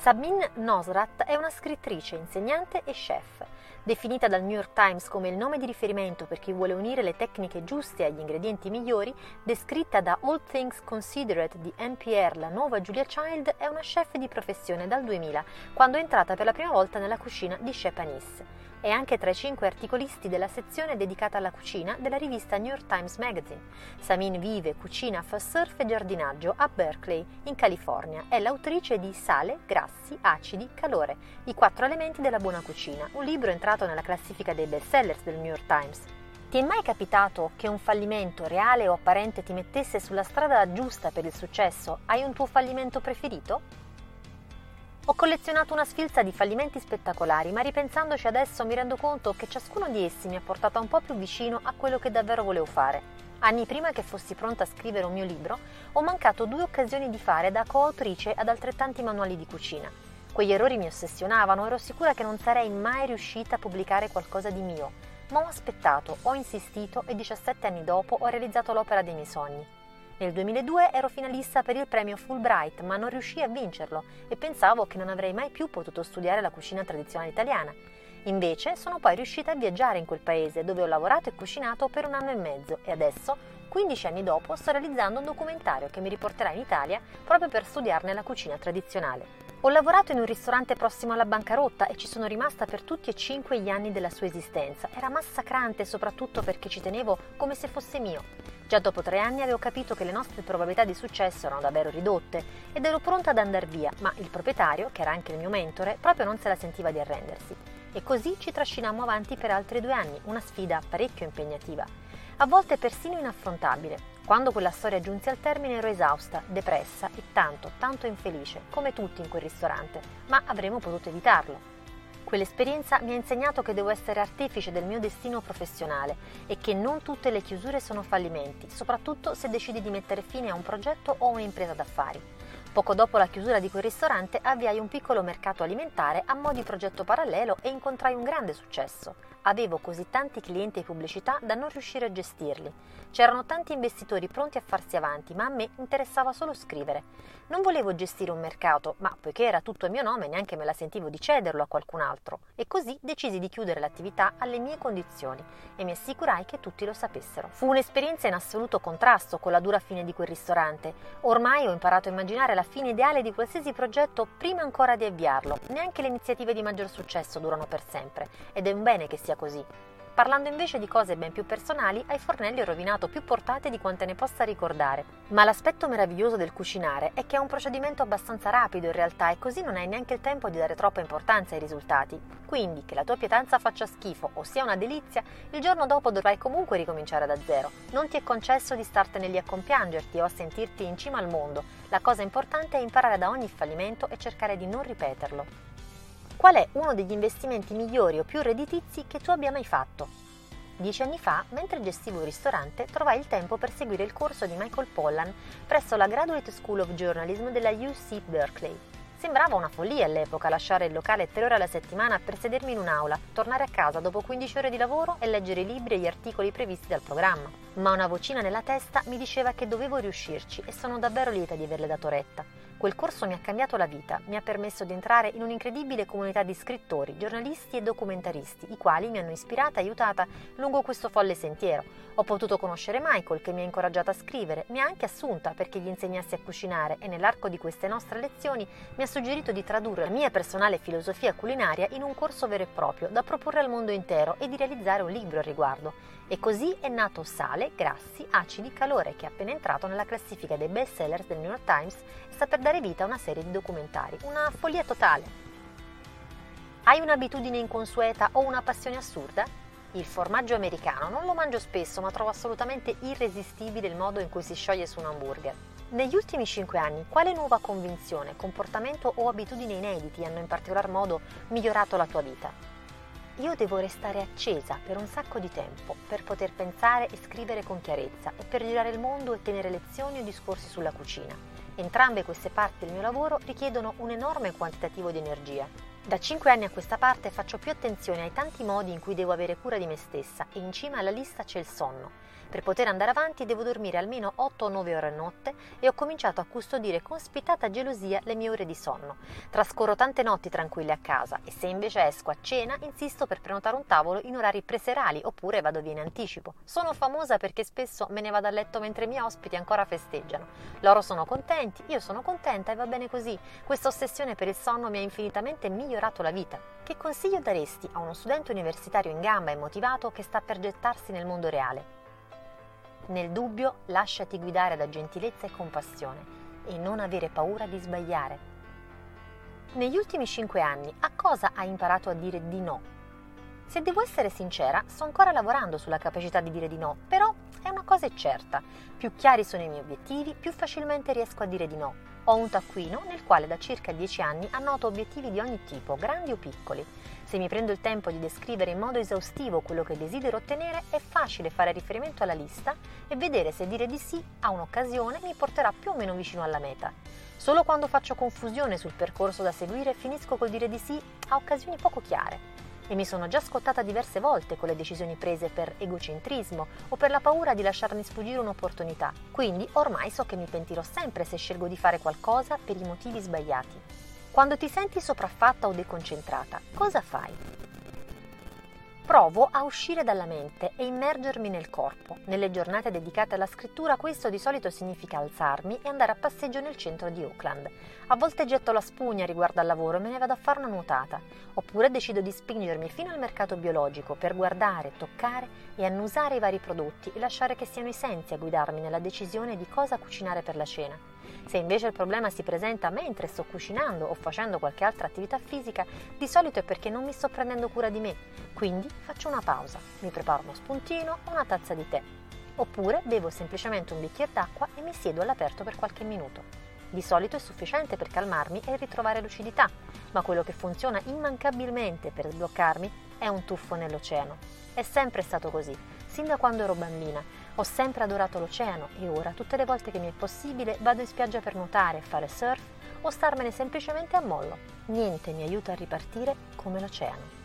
Samin Nosrat è una scrittrice, insegnante e chef. Definita dal New York Times come il nome di riferimento per chi vuole unire le tecniche giuste agli ingredienti migliori, descritta da All Things Considered di NPR, la nuova Julia Child è una chef di professione dal 2000, quando è entrata per la prima volta nella cucina di Chez Panisse. È anche tra i 5 articolisti della sezione dedicata alla cucina della rivista New York Times Magazine. Samin vive, cucina, fa surf e giardinaggio a Berkeley, in California. È l'autrice di Sale, grassi, acidi, calore, i 4 elementi della buona cucina, un libro entrato nella classifica dei bestsellers del New York Times. Ti è mai capitato che un fallimento reale o apparente ti mettesse sulla strada giusta per il successo? Hai un tuo fallimento preferito? Ho collezionato una sfilza di fallimenti spettacolari, ma ripensandoci adesso mi rendo conto che ciascuno di essi mi ha portata un po' più vicino a quello che davvero volevo fare. Anni prima che fossi pronta a scrivere un mio libro, ho mancato 2 occasioni di fare da coautrice ad altrettanti manuali di cucina. Quegli errori mi ossessionavano, ero sicura che non sarei mai riuscita a pubblicare qualcosa di mio. Ma ho aspettato, ho insistito e 17 anni dopo ho realizzato l'opera dei miei sogni. Nel 2002 ero finalista per il premio Fulbright, ma non riuscii a vincerlo e pensavo che non avrei mai più potuto studiare la cucina tradizionale italiana. Invece sono poi riuscita a viaggiare in quel paese, dove ho lavorato e cucinato per 1 anno e mezzo e adesso, 15 anni dopo, sto realizzando un documentario che mi riporterà in Italia proprio per studiarne la cucina tradizionale. Ho lavorato in un ristorante prossimo alla bancarotta e ci sono rimasta per tutti e 5 gli anni della sua esistenza. Era massacrante, soprattutto perché ci tenevo come se fosse mio. Già dopo 3 anni avevo capito che le nostre probabilità di successo erano davvero ridotte ed ero pronta ad andar via, ma il proprietario, che era anche il mio mentore, proprio non se la sentiva di arrendersi. E così ci trascinammo avanti per altri 2 anni, una sfida parecchio impegnativa, a volte persino inaffrontabile. Quando quella storia giunse al termine ero esausta, depressa e tanto infelice, come tutti in quel ristorante, ma avremmo potuto evitarlo. Quell'esperienza mi ha insegnato che devo essere artefice del mio destino professionale e che non tutte le chiusure sono fallimenti, soprattutto se decidi di mettere fine a un progetto o un'impresa d'affari. Poco dopo la chiusura di quel ristorante avviai un piccolo mercato alimentare a mo' di progetto parallelo e incontrai un grande successo. Avevo così tanti clienti e pubblicità da non riuscire a gestirli. C'erano tanti investitori pronti a farsi avanti, ma a me interessava solo scrivere. Non volevo gestire un mercato, ma poiché era tutto a mio nome neanche me la sentivo di cederlo a qualcun altro. E così decisi di chiudere l'attività alle mie condizioni e mi assicurai che tutti lo sapessero. Fu un'esperienza in assoluto contrasto con la dura fine di quel ristorante. Ormai ho imparato a immaginare la fine ideale di qualsiasi progetto prima ancora di avviarlo. Neanche le iniziative di maggior successo durano per sempre ed è un bene che sia così. Parlando invece di cose ben più personali, ai fornelli ho rovinato più portate di quante ne possa ricordare. Ma l'aspetto meraviglioso del cucinare è che è un procedimento abbastanza rapido in realtà e così non hai neanche il tempo di dare troppa importanza ai risultati. Quindi, che la tua pietanza faccia schifo o sia una delizia, il giorno dopo dovrai comunque ricominciare da zero. Non ti è concesso di startene lì a compiangerti o a sentirti in cima al mondo. La cosa importante è imparare da ogni fallimento e cercare di non ripeterlo. Qual è uno degli investimenti migliori o più redditizi che tu abbia mai fatto? 10 anni fa, mentre gestivo un ristorante, trovai il tempo per seguire il corso di Michael Pollan presso la Graduate School of Journalism della UC Berkeley. Sembrava una follia all'epoca lasciare il locale 3 ore alla settimana per sedermi in un'aula, tornare a casa dopo 15 ore di lavoro e leggere i libri e gli articoli previsti dal programma. Ma una vocina nella testa mi diceva che dovevo riuscirci e sono davvero lieta di averle dato retta. Quel corso mi ha cambiato la vita, mi ha permesso di entrare in un'incredibile comunità di scrittori, giornalisti e documentaristi, i quali mi hanno ispirata e aiutata lungo questo folle sentiero. Ho potuto conoscere Michael, che mi ha incoraggiata a scrivere, mi ha anche assunta perché gli insegnassi a cucinare e nell'arco di queste nostre lezioni mi ha suggerito di tradurre la mia personale filosofia culinaria in un corso vero e proprio da proporre al mondo intero e di realizzare un libro al riguardo. E così è nato Sale, grassi, acidi, calore, che è appena entrato nella classifica dei bestsellers del New York Times e sta per dare vita a una serie di documentari. Una follia totale. Hai un'abitudine inconsueta o una passione assurda? Il formaggio americano non lo mangio spesso, ma trovo assolutamente irresistibile il modo in cui si scioglie su un hamburger. Negli ultimi 5 anni, quale nuova convinzione, comportamento o abitudine inediti hanno in particolar modo migliorato la tua vita? Io devo restare accesa per un sacco di tempo per poter pensare e scrivere con chiarezza e per girare il mondo e tenere lezioni o discorsi sulla cucina. Entrambe queste parti del mio lavoro richiedono un enorme quantitativo di energia. Da 5 anni a questa parte faccio più attenzione ai tanti modi in cui devo avere cura di me stessa e in cima alla lista c'è il sonno. Per poter andare avanti devo dormire almeno 8 o 9 ore a notte e ho cominciato a custodire con spietata gelosia le mie ore di sonno. Trascorro tante notti tranquille a casa e se invece esco a cena insisto per prenotare un tavolo in orari preserali oppure vado via in anticipo. Sono famosa perché spesso me ne vado a letto mentre i miei ospiti ancora festeggiano. Loro sono contenti, io sono contenta e va bene così. Questa ossessione per il sonno mi ha infinitamente migliorato la vita. Che consiglio daresti a uno studente universitario in gamba e motivato che sta per gettarsi nel mondo reale? Nel dubbio, lasciati guidare da gentilezza e compassione e non avere paura di sbagliare. Negli ultimi 5 anni, a cosa hai imparato a dire di no? Se devo essere sincera, sto ancora lavorando sulla capacità di dire di no, però è una cosa certa. Più chiari sono i miei obiettivi, più facilmente riesco a dire di no. Ho un taccuino nel quale da circa 10 anni annoto obiettivi di ogni tipo, grandi o piccoli. Se mi prendo il tempo di descrivere in modo esaustivo quello che desidero ottenere, è facile fare riferimento alla lista e vedere se dire di sì a un'occasione mi porterà più o meno vicino alla meta. Solo quando faccio confusione sul percorso da seguire finisco col dire di sì a occasioni poco chiare. E mi sono già scottata diverse volte con le decisioni prese per egocentrismo o per la paura di lasciarmi sfuggire un'opportunità. Quindi ormai so che mi pentirò sempre se scelgo di fare qualcosa per i motivi sbagliati. Quando ti senti sopraffatta o deconcentrata, cosa fai? Provo a uscire dalla mente e immergermi nel corpo. Nelle giornate dedicate alla scrittura questo di solito significa alzarmi e andare a passeggio nel centro di Auckland. A volte getto la spugna riguardo al lavoro e me ne vado a fare una nuotata. Oppure decido di spingermi fino al mercato biologico per guardare, toccare e annusare i vari prodotti e lasciare che siano i sensi a guidarmi nella decisione di cosa cucinare per la cena. Se invece il problema si presenta mentre sto cucinando o facendo qualche altra attività fisica, di solito è perché non mi sto prendendo cura di me. Quindi faccio una pausa, mi preparo uno spuntino o una tazza di tè. Oppure bevo semplicemente un bicchiere d'acqua e mi siedo all'aperto per qualche minuto. Di solito è sufficiente per calmarmi e ritrovare lucidità, ma quello che funziona immancabilmente per sbloccarmi è un tuffo nell'oceano. È sempre stato così, sin da quando ero bambina. Ho sempre adorato l'oceano e ora, tutte le volte che mi è possibile, vado in spiaggia per nuotare, fare surf o starmene semplicemente a mollo. Niente mi aiuta a ripartire come l'oceano.